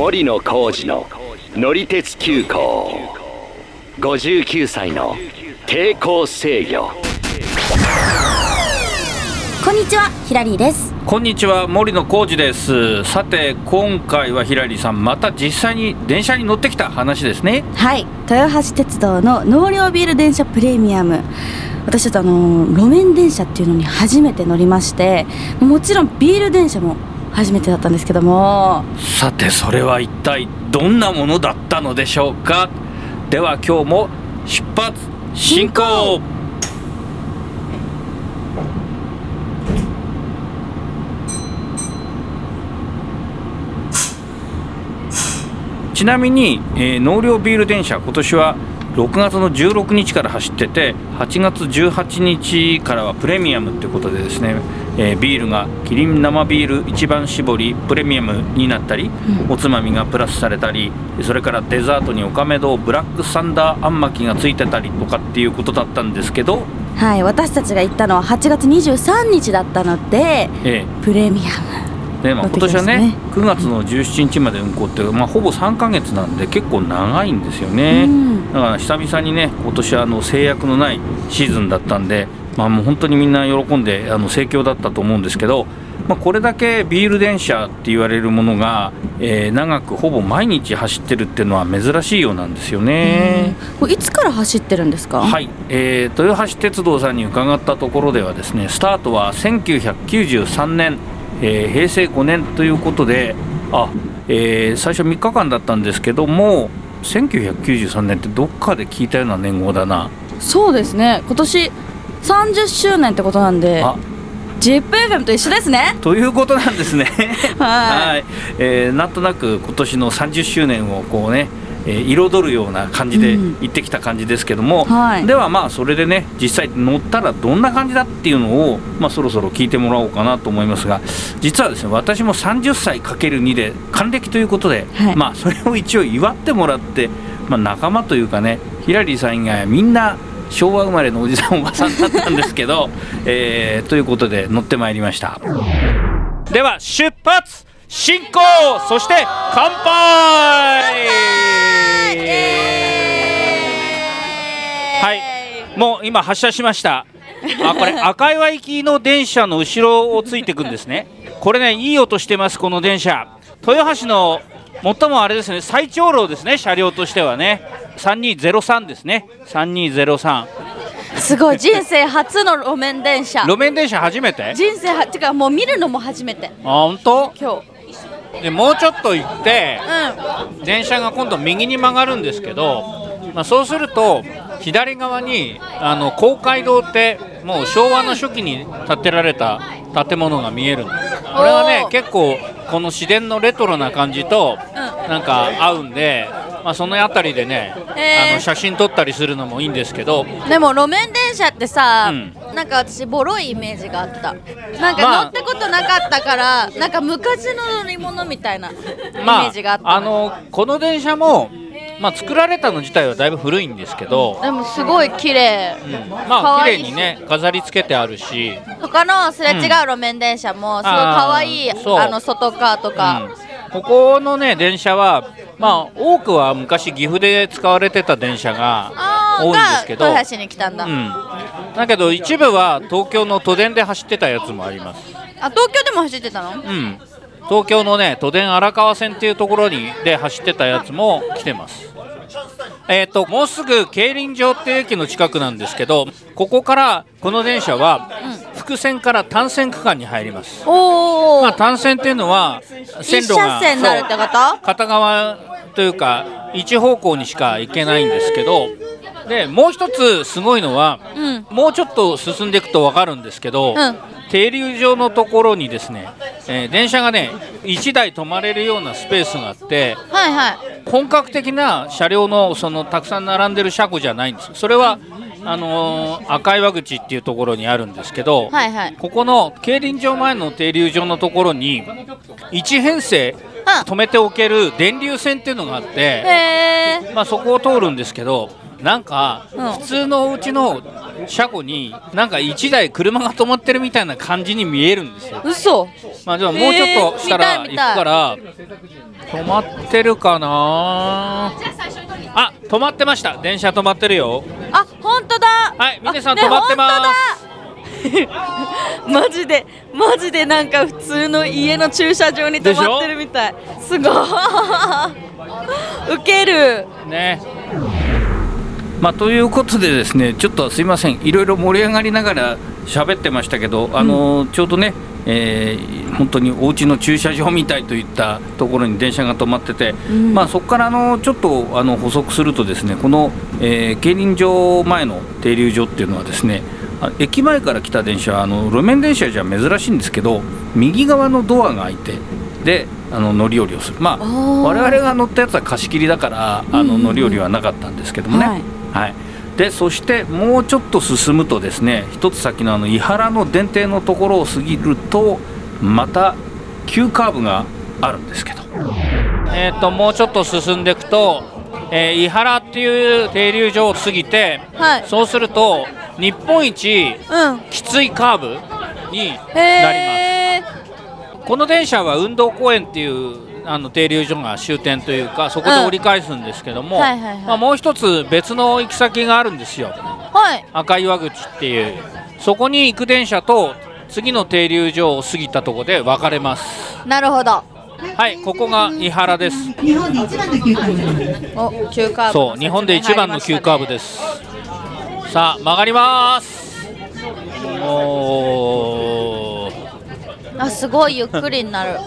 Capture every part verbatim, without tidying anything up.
森野浩二の乗り鉄急行。ごじゅうきゅうさいの抵抗制御。 こんにちは、ヒラリーです。 こんにちは、森野浩二です。さて、今回はヒラリーさん、また実際に電車に乗ってきた話ですね。 はい、豊橋鉄道の納涼ビール電車プレミアム。私ちょっとあの路面電車っていうのに初めて乗りまして、もちろんビール電車も初めてだったんですけども、 さてそれは一体どんなものだったのでしょうか。では今日も出発進行。ちなみに、えー、納涼ビール電車、今年はろくがつのじゅうろくにちから走ってて、はちがつじゅうはちにちからはプレミアムということでですね、えー、ビールがキリン生ビール一番搾りプレミアムになったり、うん、おつまみがプラスされたり、それからデザートにオカメドブラックサンダーあん巻きがついてたりとかっていうことだったんですけど、 はい、私たちが行ったのははちがつにじゅうさんにちだったので、ええ、プレミアムで、まあ、今年はねくがつのじゅうしちにちまで運行って、まあ、ほぼさんかげつなんで結構長いんですよね、うん、だから久々にね今年はあの制約のないシーズンだったんで、まあ、もう本当にみんな喜んであの盛況だったと思うんですけど、まあ、これだけビール電車って言われるものが、えー、長くほぼ毎日走ってるっていうのは珍しいようなんですよね。 これいつから走ってるんですか。 はい、えー、豊橋鉄道さんに伺ったところではですね、スタートはせんきゅうひゃくきゅうじゅうさんねん、えー、へいせいごねんということで、あ、えー、最初みっかかんだったんですけども、せんきゅうひゃくきゅうじゅうさんねんってどっかで聞いたような年号だな。 そうですね、今年さんじゅっしゅうねんってことなんで、あ、ジップエフエム と一緒ですね。 ということなんですねはい、 はい、えー、なんとなく今年のさんじゅっしゅうねんをこうね、えー、彩るような感じで行ってきた感じですけども、うんはい、ではまあそれでね実際乗ったらどんな感じだっていうのを、まあ、そろそろ聞いてもらおうかなと思いますが、実はですね私もさんじゅっさいかけるにで還暦ということで、はい、まあそれを一応祝ってもらって、まあ、仲間というかね、ヒラリーさん以外みんな昭和生まれのおじさんおばさんだったんですけど、えー、ということで乗ってまいりました。では出発進行、そして乾杯。はい、もう今発車しました。あ、これ赤岩行きの電車の後ろをついていくんですね。これね、いい音してます。この電車豊橋の最もあれですね、最長老ですね、車両としてはね。さんにーぜろさんですね。さんにーぜろさん、 すごい、人生初の路面電車路面電車初めて、 人生はてかもう見るのも初めて。 あ、本当？ 今日でもうちょっと行って、 うん、 電車が今度右に曲がるんですけど、まあ、そうすると左側にあの公会堂ってもう昭和の初期に建てられた建物が見えるんです。これはね結構この市電のレトロな感じとなんか合うんで、まあ、そのあたりでね、えー、あの写真撮ったりするのもいいんですけど、 でも路面電車ってさ、うん、なんか私ボロいイメージがあった。なんか乗ったことなかったから、まあ、なんか昔の乗り物みたいなイメージがあった、 まあ、あのこの電車もまあ、作られたの自体はだいぶ古いんですけど、 でもすごい綺麗、 うん、まあ綺麗にね飾り付けてあるし、 他のすれ違う路面電車もすごい可愛い、うん、あ, あの外側とか、 うん、ここのね電車はまあ多くは昔岐阜で使われてた電車が多いんですけど、 豊橋に来たんだ、うん、 だけど一部は東京の都電で走ってたやつもあります。 あ、東京でも走ってたの？ うん、東京のね都電荒川線っていうところにで走ってたやつも来てます。えーと、もうすぐ競輪場っていう駅の近くなんですけど、ここからこの電車は複線から単線区間に入ります。 おー、 まあ、単線っていうのは線路が一車線になるってこと？ 片側というか一方向にしか行けないんですけど、でもう一つすごいのは、うん、もうちょっと進んでいくと分かるんですけど、うん、停留場のところにですね、えー、電車がねいちだい止まれるようなスペースがあって、 はいはい、 本格的な車両のそのたくさん並んでる車庫じゃないんです。それはあのー、赤岩口っていうところにあるんですけど、 はいはい、 ここの競輪場前の停留場のところにいち編成止めておける電流線っていうのがあって、 へー、 まあ、そこを通るんですけど、なんか普通のお家の車庫になんかいちだい車が止まってるみたいな感じに見えるんですよ。 嘘。 まあじゃあもうちょっとしたら行くから、止まってるかなあ、止まってました。電車止まってるよ。 あ、本当だ。 はい、峰さん止まってます。 マジでマジでなんか普通の家の駐車場に止まってるみたい。すごいウケるね。まあ、ということでですね、ちょっとすいません、いろいろ盛り上がりながら喋ってましたけど、あの、うん、ちょうどね、えー、本当にお家の駐車場みたいといったところに電車が止まってて、うん、まあ、そこからあのちょっとあの補足するとですね、この、えー、競輪場前の停留所っていうのはですね、駅前から来た電車はあの路面電車じゃ珍しいんですけど、右側のドアが開いてであの乗り降りをする、まあ、我々が乗ったやつは貸し切りだからあの乗り降りはなかったんですけどもね、はいはい、でそしてもうちょっと進むとですね、一つ先のあの井原の電停のところを過ぎるとまた急カーブがあるんですけど、えー、ともうちょっと進んでいくと、えー、井原っていう停留所を過ぎて、はい、そうすると日本一きついカーブになります。この電車は運動公園っていうあの停留所が終点というか、そこで折り返すんですけども、まあ、もう一つ別の行き先があるんですよ、はい、赤岩口っていう。そこに行く電車と次の停留所を過ぎたところで分かれます。 なるほど。 はい、ここが井原です。 日本で一番の急カーブ。 お、急カーブ。 そう、日本で一番の急カーブです。さあ曲がります。おー、あ、すごいゆっくりになる。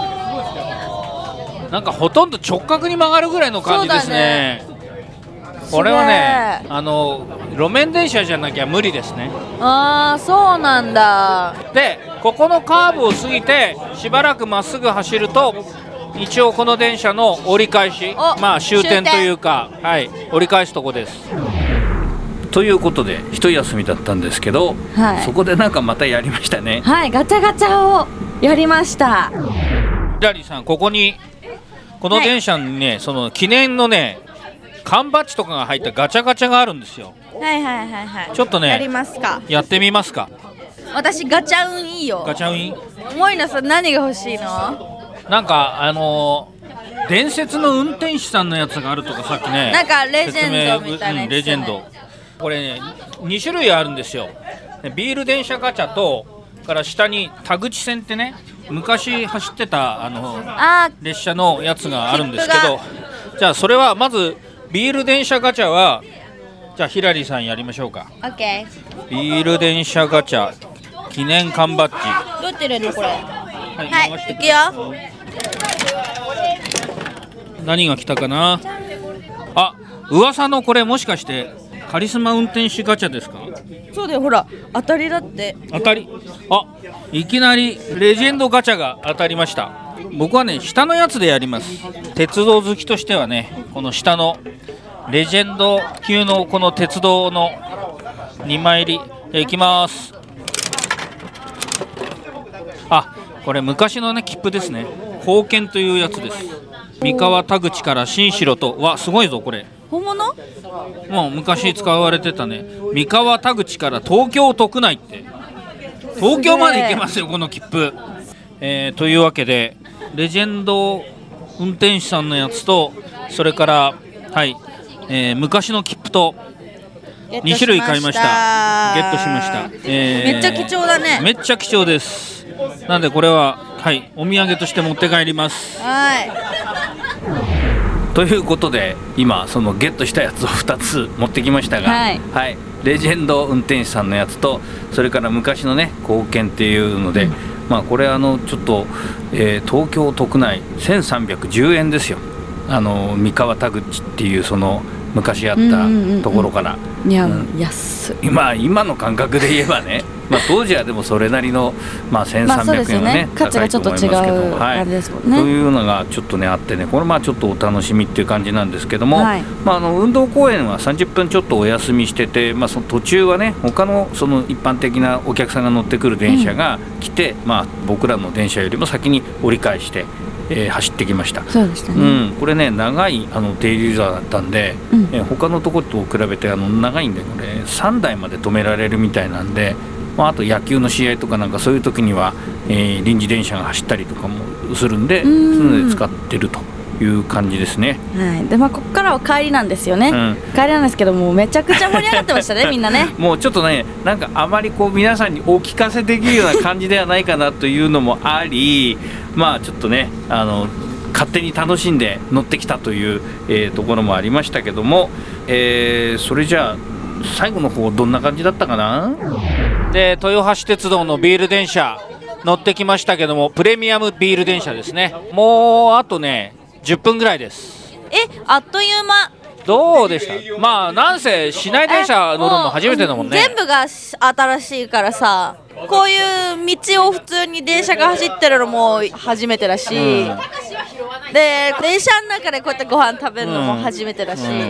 なんかほとんど直角に曲がるぐらいの感じですね。これはね、あの路面電車じゃなきゃ無理ですね。 あー、そうなんだ。 でここのカーブを過ぎてしばらくまっすぐ走ると、一応この電車の折り返し、まあ終点というか、はい、折り返すとこです。ということで一休みだったんですけど、はい、そこでなんかまたやりましたね。 はい、ガチャガチャをやりました。 ヒラリーさん、ここにこの電車にね、はい、その記念のね缶バッジとかが入ったガチャガチャがあるんですよ。 はいはいはいはい。 ちょっとね、 やりますか。 やってみますか。 私ガチャ運いいよ。 ガチャ運いい。 モイナさん何が欲しいの？ なんかあのー、伝説の運転手さんのやつがあるとかさっきね。 なんかレジェンドみたいなやつ、ね、 うん、レジェンド。これねに種類あるんですよ。ビール電車ガチャとから下に田口線ってね、昔走ってたあのあ列車のやつがあるんですけど、じゃあそれはまずビール電車ガチャはじゃあヒラリーさんやりましょうか。 OK。 ビール電車ガチャ記念缶バッジどうやって入れるのこれ。はい、はい、いくよ。 何が来たかなあ、噂のこれもしかしてカリスマ運転手ガチャですか？ そうだよ、ほら当たりだって。 当たり。あ、いきなりレジェンドガチャが当たりました。僕はね下のやつでやります。鉄道好きとしてはね、この下のレジェンド級のこの鉄道のにまい入りいきます。あ、これ昔のね切符ですね。貢献というやつです。三河田口から新城と、わ、すごいぞこれ。 本物？ もう昔使われてたね。三河田口から東京都区内って、東京まで行けますよこの切符。えー、というわけでレジェンド運転手さんのやつと、それからはい、えー、昔の切符とに種類買いました。ゲットしました。 えー、めっちゃ貴重だね。 めっちゃ貴重です。なんでこれははいお土産として持って帰ります。 はい。 ということで今そのゲットしたやつをふたつ持ってきましたが、はい、はい、レジェンド運転手さんのやつと、それから昔のね貢献っていうので、うん、まあこれあのちょっと、えー、東京都区内せんさんびゃくじゅうえんですよ。あの三河田口っていうその昔あったところから、うんうんうん、 いや、うん、安い。 今今の感覚で言えばね、まあ、当時はでもそれなりの、まあ、せんさんびゃくえんはね、 まあ、価値がちょっと違う感じですもんね、 はい、というのがちょっとねあってね、これまあちょっとお楽しみっていう感じなんですけども、はい、まあ、あの運動公園はさんじゅっぷんちょっとお休みしてて、まあ、その途中はね他のその一般的なお客さんが乗ってくる電車が来て、うん、まあ、僕らの電車よりも先に折り返してえー、走ってきました。 そうでしたね、 うん、これね長いあの低流座だったんで、うん、えー、他のところと比べてあの長いんでこれさんだいまで止められるみたいなんで、まあ、あと野球の試合とかなんかそういう時には、えー、臨時電車が走ったりとかもするんで、そういうので使ってるという感じですね。 はい、でまあここからは帰りなんですよね、うん、帰りなんですけどもめちゃくちゃ盛り上がってましたねみんなね。 もうちょっとねなんかあまりこう皆さんにお聞かせできるような感じではないかなというのもありまあちょっとねあの勝手に楽しんで乗ってきたという、えー、ところもありましたけども、えー、それじゃあ最後の方どんな感じだったかな。で豊橋鉄道のビール電車乗ってきましたけども、プレミアムビール電車ですね。もうあとねじゅっぷんぐらいです。 えあっという間。 どうでした？まあなんせ市内電車乗るの初めてだもんね。 全部が新しいからさ、こういう道を普通に電車が走ってるのも初めてだし、うん、で電車の中でこうやってご飯食べるのも初めてだし、うん、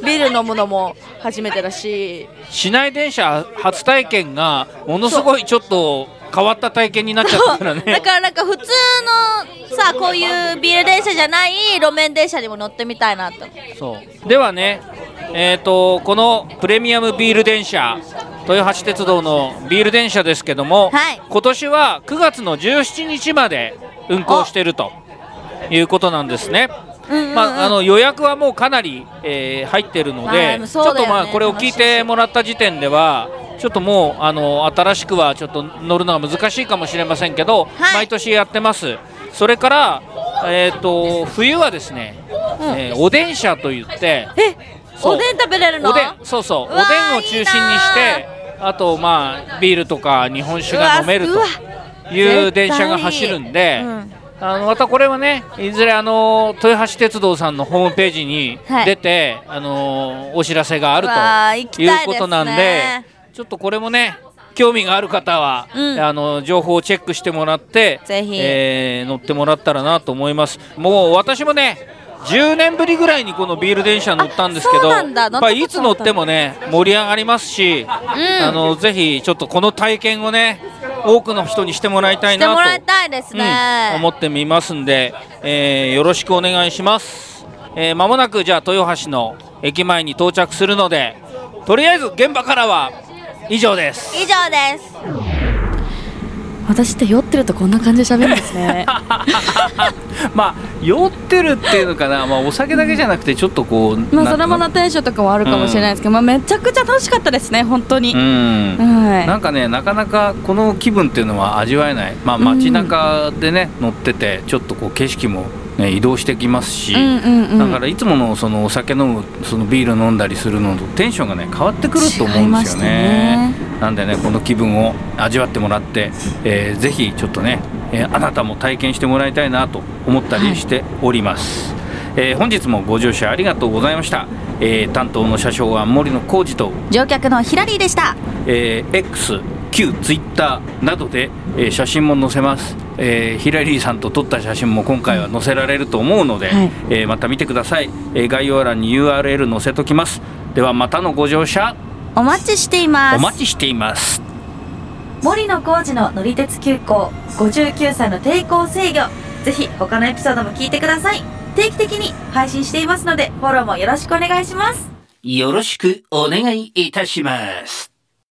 ビール飲むのも初めてだし、 市内電車初体験がものすごいちょっと変わった体験になっちゃったからね。 だからなんか普通のさこういうビール電車じゃない路面電車にも乗ってみたいなと。 そうではね、えーとこのプレミアムビール電車豊橋鉄道のビール電車ですけども、はい、今年はくがつのじゅうしちにちまで運行しているということなんですね。うんうんうん、まあ、あの予約はもうかなり、えー、入っているので、ね、ちょっとまあこれを聞いてもらった時点ではちょっともうあの新しくはちょっと乗るのは難しいかもしれませんけど、はい、毎年やってます。それから、えー、と冬はですね、うんえー、おでん車といってえおでん食べれるの？ おでんそうそうおでんを中心にしてあとまあビールとか日本酒が飲めるという電車が走るんで、うん、あのまたこれはねいずれあの豊橋鉄道さんのホームページに出て、はい、あのお知らせがあるということなんで、ちょっとこれもね興味がある方は、うん、あの情報をチェックしてもらってぜひ、 えー、乗ってもらったらなと思います。もう私もねじゅうねんぶりぐらいにこのビール電車乗ったんですけど、やっぱりいつ乗ってもね盛り上がりますし、うん、あのぜひちょっとこの体験をね多くの人にしてもらいたいなとしてもらいたいですね、 うん、思ってみますんで、えー、よろしくお願いします。えー、間もなくじゃあ豊橋の駅前に到着するので、とりあえず現場からは以上です。 以上です。私って酔ってるとこんな感じで喋るんですね。 まあ酔ってるっていうのかな、まあ、お酒だけじゃなくてちょっとこう、 まあ、それものテンションとかもあるかもしれないですけど、うんまあ、めちゃくちゃ楽しかったですね本当に、 うんはい、なんかねなかなかこの気分っていうのは味わえない、まあ、街中でね、うん、乗っててちょっとこう景色もね、移動してきますし、うんうんうん、だからいつものそのお酒飲むそのビール飲んだりするのとテンションがね変わってくると思うんですよ ね, ねなんでねこの気分を味わってもらって、えー、ぜひちょっとね、えー、あなたも体験してもらいたいなと思ったりしております、はいえー、本日もご乗車ありがとうございました、えー、担当の車掌は森野浩二と乗客のヒラリーでした、 えー、X、旧 Twitter などで、えー、写真も載せます。えー、ヒラリーさんと撮った写真も今回は載せられると思うので、はいえー、また見てください、えー、概要欄に ユーアールエル 載せときます。ではまたのご乗車お待ちしています。 お待ちしています。 森野浩二の乗り鉄急行ごじゅうきゅうさいの抵抗制御、ぜひ他のエピソードも聞いてください。定期的に配信していますのでフォローもよろしくお願いします。 よろしくお願いいたします。